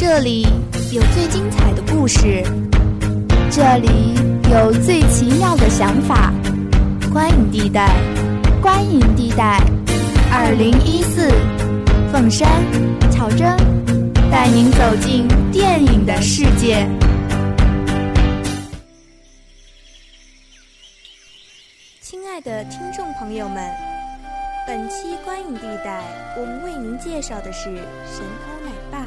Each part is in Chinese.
这里有最精彩的故事，这里有最奇妙的想法。观影地带，观影地带2014，凤山、巧珍带您走进电影的世界。亲爱的听众朋友们，本期观影地带我们为您介绍的是《神偷奶爸》。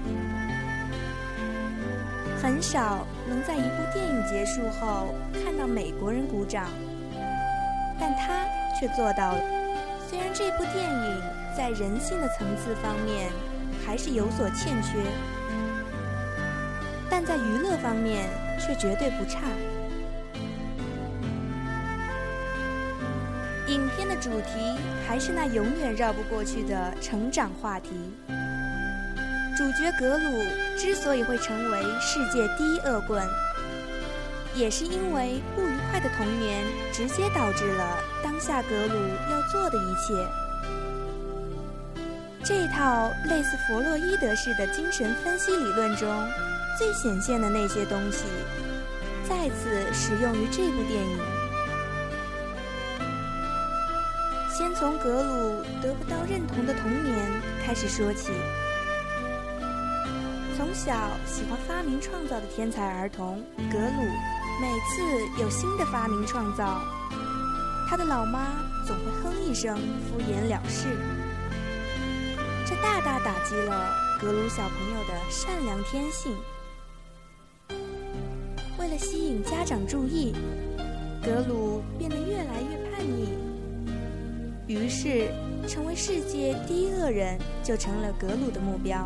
很少能在一部电影结束后看到美国人鼓掌，但他却做到了。虽然这部电影在人性的层次方面还是有所欠缺，但在娱乐方面却绝对不差。影片的主题还是那永远绕不过去的成长话题。主角格鲁之所以会成为世界第一恶棍，也是因为不愉快的童年直接导致了当下格鲁要做的一切。这套类似弗洛伊德式的精神分析理论中最显现的那些东西，再次使用于这部电影。先从格鲁得不到认同的童年开始说起。从小喜欢发明创造的天才儿童格鲁，每次有新的发明创造，他的老妈总会哼一声敷衍了事，这大大打击了格鲁小朋友的善良天性。为了吸引家长注意，格鲁变得越来越叛逆，于是成为世界第一恶人就成了格鲁的目标。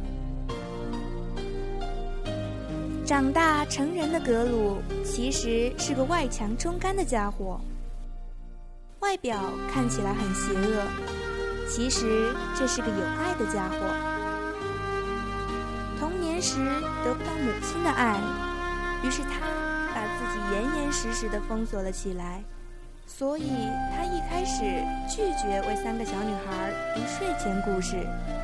长大成人的格鲁其实是个外强中干的家伙，外表看起来很邪恶，其实这是个有爱的家伙。童年时得不到母亲的爱，于是他把自己严严实实地封锁了起来，所以他一开始拒绝为3个小女孩读睡前故事，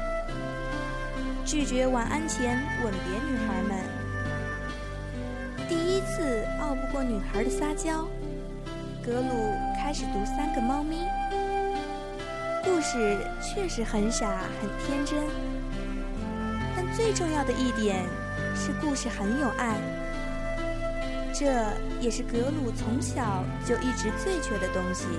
拒绝晚安前吻别女孩们。第一次拗不过女孩的撒娇，格鲁开始读3个猫咪。故事确实很傻很天真，但最重要的一点是故事很有爱，这也是格鲁从小就一直最缺的东西。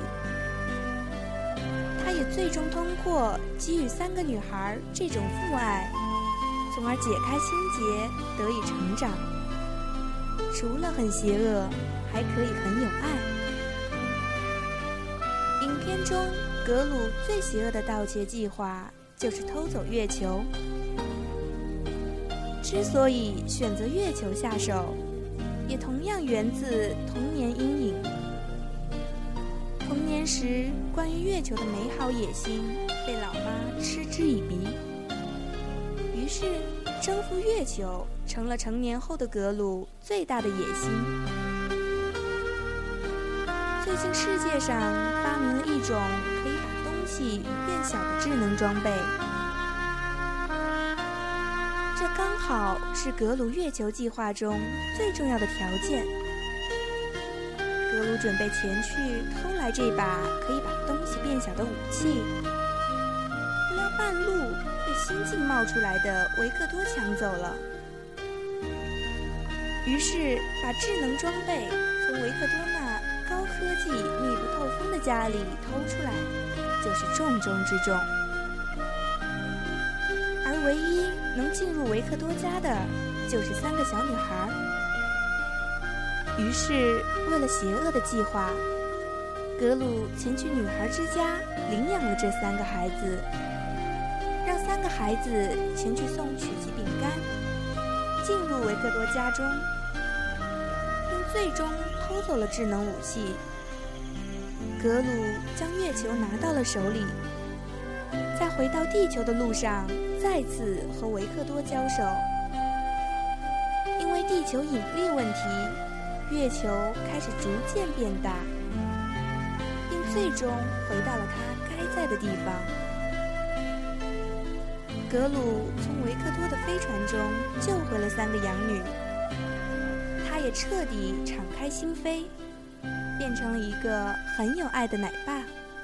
他也最终通过给予3个女孩这种父爱，从而解开心结，得以成长。除了很邪恶，还可以很有爱。影片中格鲁最邪恶的盗窃计划就是偷走月球。之所以选择月球下手，也同样源自童年阴影。童年时关于月球的美好野心被老妈嗤之以鼻，于是征服月球成了成年后的格鲁最大的野心。最近世界上发明了一种可以把东西变小的智能装备，这刚好是格鲁月球计划中最重要的条件。格鲁准备前去偷来这把可以把东西变小的武器，不料半路被新近冒出来的维克多抢走了，于是把智能装备从维克多那高科技密不透风的家里偷出来，就是重中之重。而唯一能进入维克多家的就是3个小女孩。于是为了邪恶的计划，格鲁前去女孩之家领养了这3个孩子，让3个孩子前去送曲奇饼干，进入维克多家中，并最终偷走了智能武器。格鲁将月球拿到了手里，在回到地球的路上再次和维克多交手。因为地球引力问题，月球开始逐渐变大，并最终回到了它该在的地方。 格鲁从维克多的飞船中救回了3个养女，他也彻底敞开心扉，变成了一个很有爱的奶爸。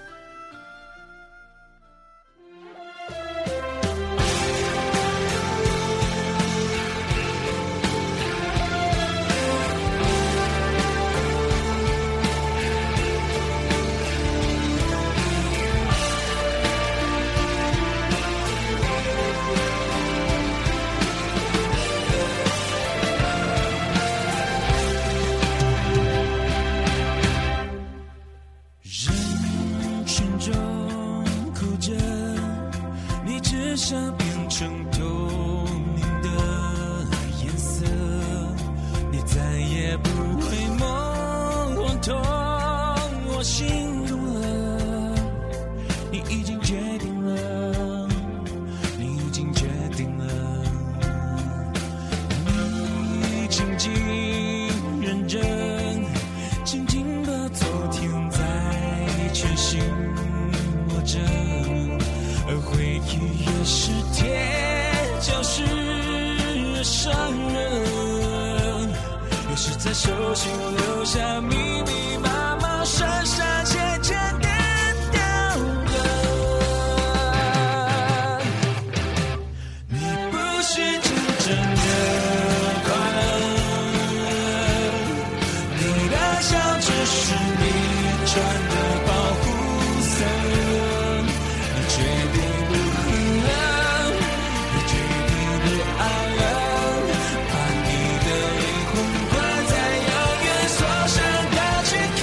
在手心留下密密麻麻闪闪渐渐点点的，你不是真正的快乐，你的笑只是你穿的保护色，你决定不恨了，你决定不爱了，把你的灵魂关在遥远锁上的躯壳。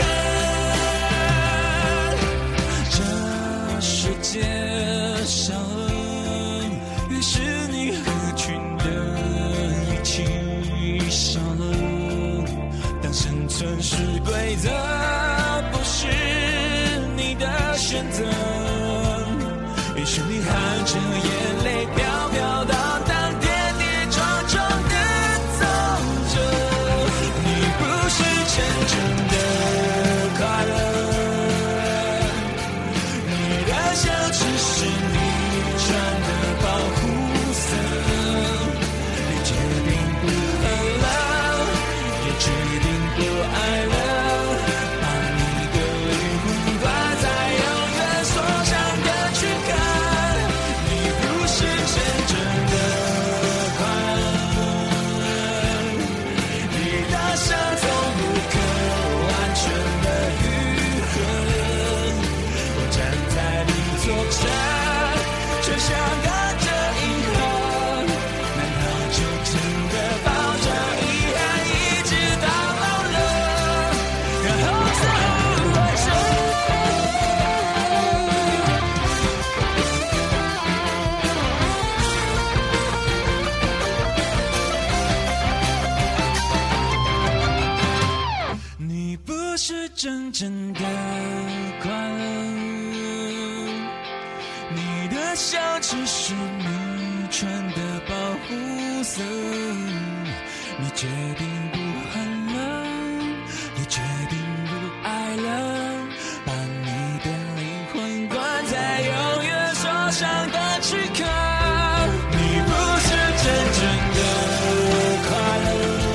这世界上越是你合群的一起少了，当生存是规则，不是你的选择，于是你含着眼泪飘飘荡荡，跌跌撞撞的走着，你不是真正的快乐，你的笑只是你穿的保护色，你决定不恨了，也决定不爱了，把你的灵魂挂在永远锁上的躯壳，你不是真正的快乐，你的伤从不可完全的愈合，我站在你左侧，却像隔着银河，难道就真的抱着遗憾一直到老了，然后才回首？你不是真正的快乐，你的笑只是你穿的保护色，你决定不恨了，也决定不爱了，把你的灵魂关在永远锁上的躯壳，你不是真正的快乐，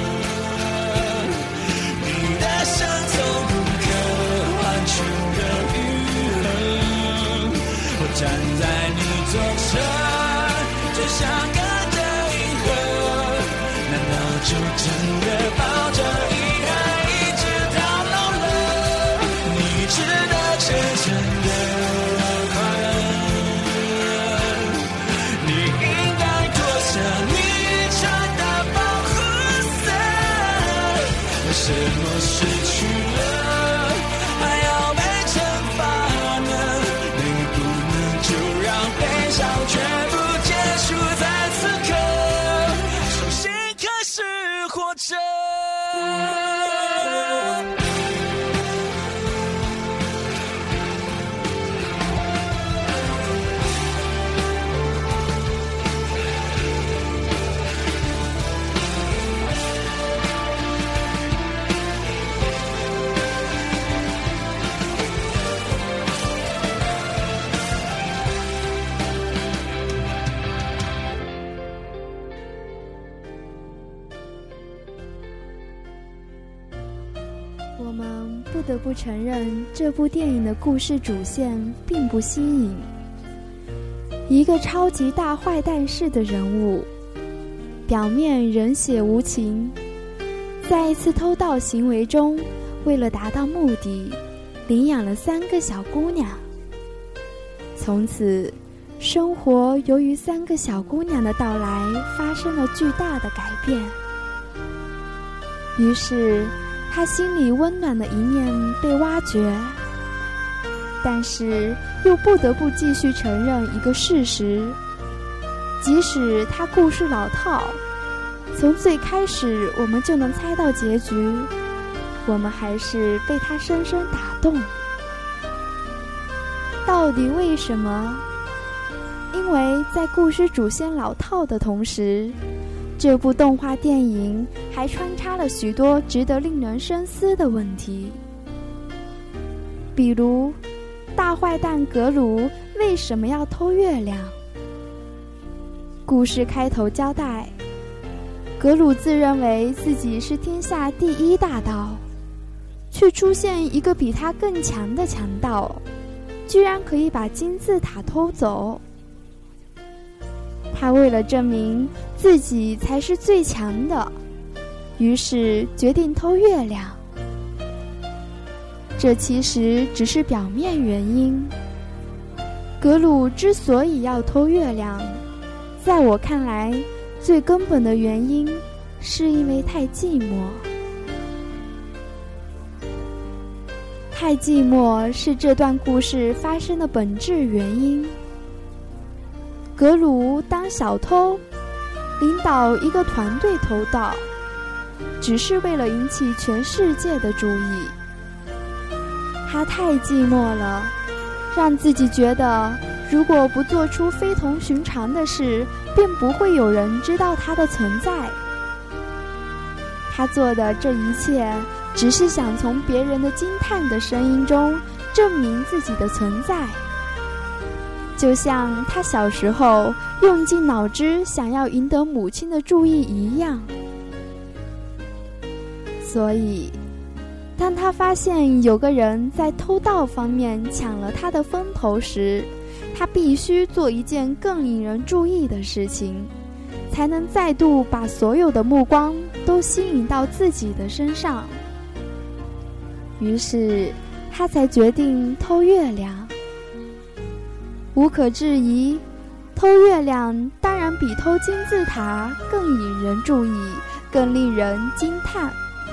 你的伤从不可完全的愈合，我站在你左侧，就像隔着银河，难道就真的抱着遗憾一直到老了？你值得真正的快乐，你应该脱下你穿的保护色，为什么失去了还要被惩罚呢？能不能就让悲伤全部结束在此刻，重新开始活着？ 我们不得不承认，这部电影的故事主线并不新颖。一个超级大坏蛋式的人物，表面冷血无情，在一次偷盗行为中，为了达到目的，领养了3个小姑娘。从此，生活由于3个小姑娘的到来发生了巨大的改变。于是，他心里温暖的一面被挖掘，但是又不得不继续承认一个事实：即使他故事老套，从最开始我们就能猜到结局，我们还是被他深深打动。到底为什么？因为在故事主线老套的同时，这部动画电影还穿插了许多值得令人深思的问题。比如，大坏蛋格鲁为什么要偷月亮？故事开头交代，格鲁自认为自己是天下第一大盗，却出现一个比他更强的强盗，居然可以把金字塔偷走。他为了证明自己才是最强的，于是决定偷月亮。这其实只是表面原因。格鲁之所以要偷月亮，在我看来，最根本的原因是因为太寂寞。太寂寞是这段故事发生的本质原因。格鲁当小偷，领导一个团队偷盗，只是为了引起全世界的注意。他太寂寞了，让自己觉得如果不做出非同寻常的事，便不会有人知道他的存在。他做的这一切，只是想从别人的惊叹的声音中证明自己的存在。就像他小时候用尽脑汁想要赢得母亲的注意一样。所以，当他发现有个人在偷盗方面抢了他的风头时，他必须做一件更引人注意的事情，才能再度把所有的目光都吸引到自己的身上。于是，他才决定偷月亮。无可置疑，偷月亮当然比偷金字塔更引人注意，更令人惊叹。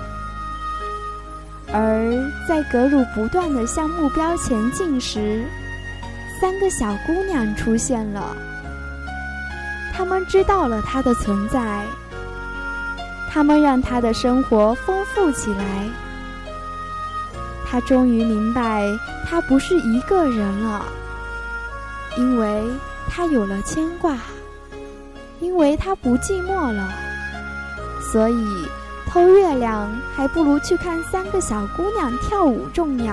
而在格鲁不断地向目标前进时，3个小姑娘出现了。她们知道了他的存在，她们让他的生活丰富起来。他终于明白，他不是一个人了。因为他有了牵挂，因为他不寂寞了，所以偷月亮还不如去看3个小姑娘跳舞重要。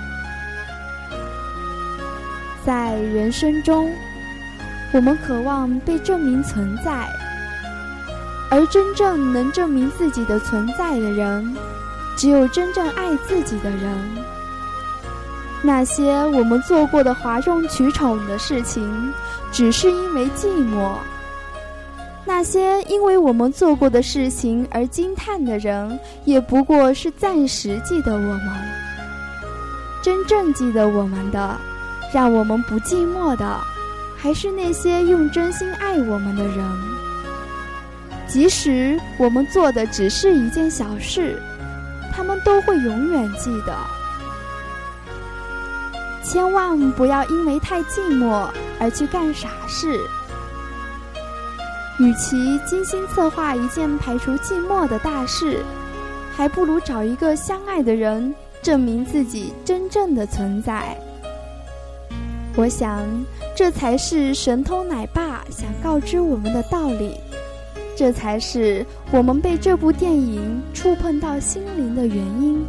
在人生中，我们渴望被证明存在，而真正能证明自己的存在的人，只有真正爱自己的人。那些我们做过的哗众取宠的事情，只是因为寂寞；那些因为我们做过的事情而惊叹的人，也不过是暂时记得我们。真正记得我们的，让我们不寂寞的，还是那些用真心爱我们的人。即使我们做的只是一件小事，他们都会永远记得。千万不要因为太寂寞而去干傻事。与其精心策划一件排除寂寞的大事，还不如找一个相爱的人，证明自己真正的存在。我想，这才是神偷奶爸想告知我们的道理，这才是我们被这部电影触碰到心灵的原因。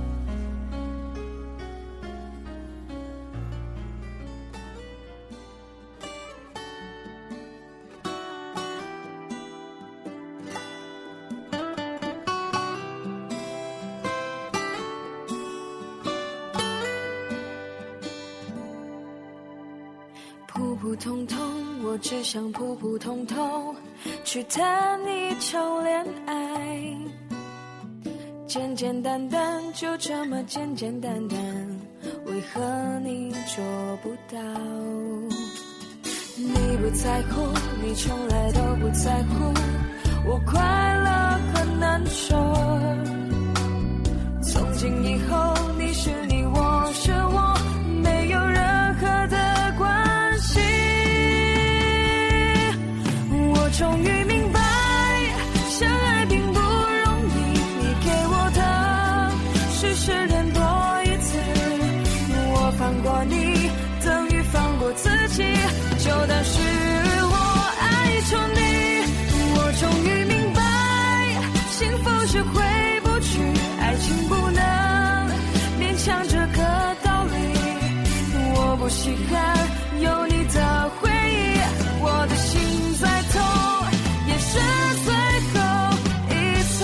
通通，我只想普普通通去谈一场恋爱，简简单单，就这么简简单单，为何你做不到？你不在乎，你从来都不在乎，我快乐很难受。从今以后，你是你，我是我，没有任何的关系。我终于明白，相爱并不容易，你给我的是失恋多一次，我放过你等于放过自己，就当是我爱错你。我终于明白，幸福是回不去，爱情不能勉强这个道理。我不稀罕有你的回忆，我的心再痛也是最后一次。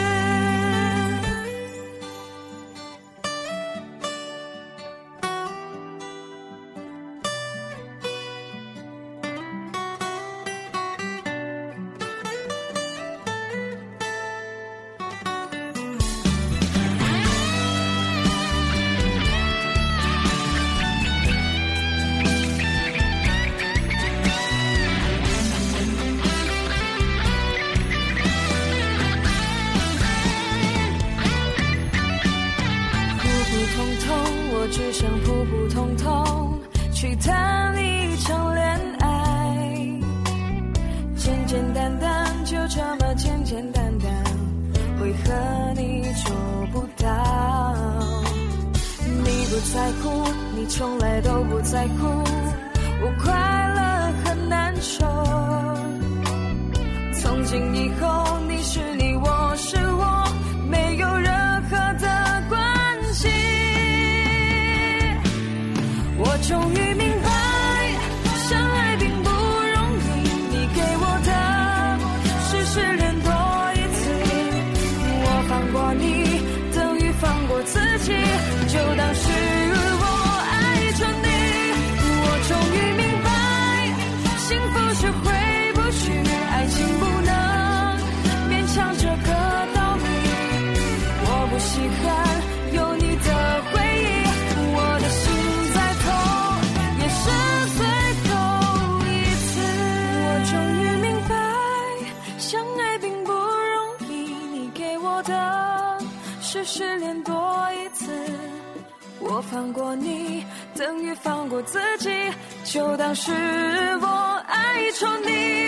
我只想普普通通去谈一场恋爱，简简单单，就这么简简单单，为何你做不到？你不在乎，你从来都不在乎，我快乐很难受。从今以后，你是你，我是我，没有任何的关系。我终于明白，相爱并不容易，你给我的是失恋多一次，我放过你等于放过自己，就当是我爱着你。我终于明白，幸福是回不去，爱情不能勉强这个道理。我不稀罕有你的回忆，我的心再痛也是最后一次。我终于明白，相爱并不容易，你给我的是失恋多一次，我放过你等于放过自己，就当是我爱错你。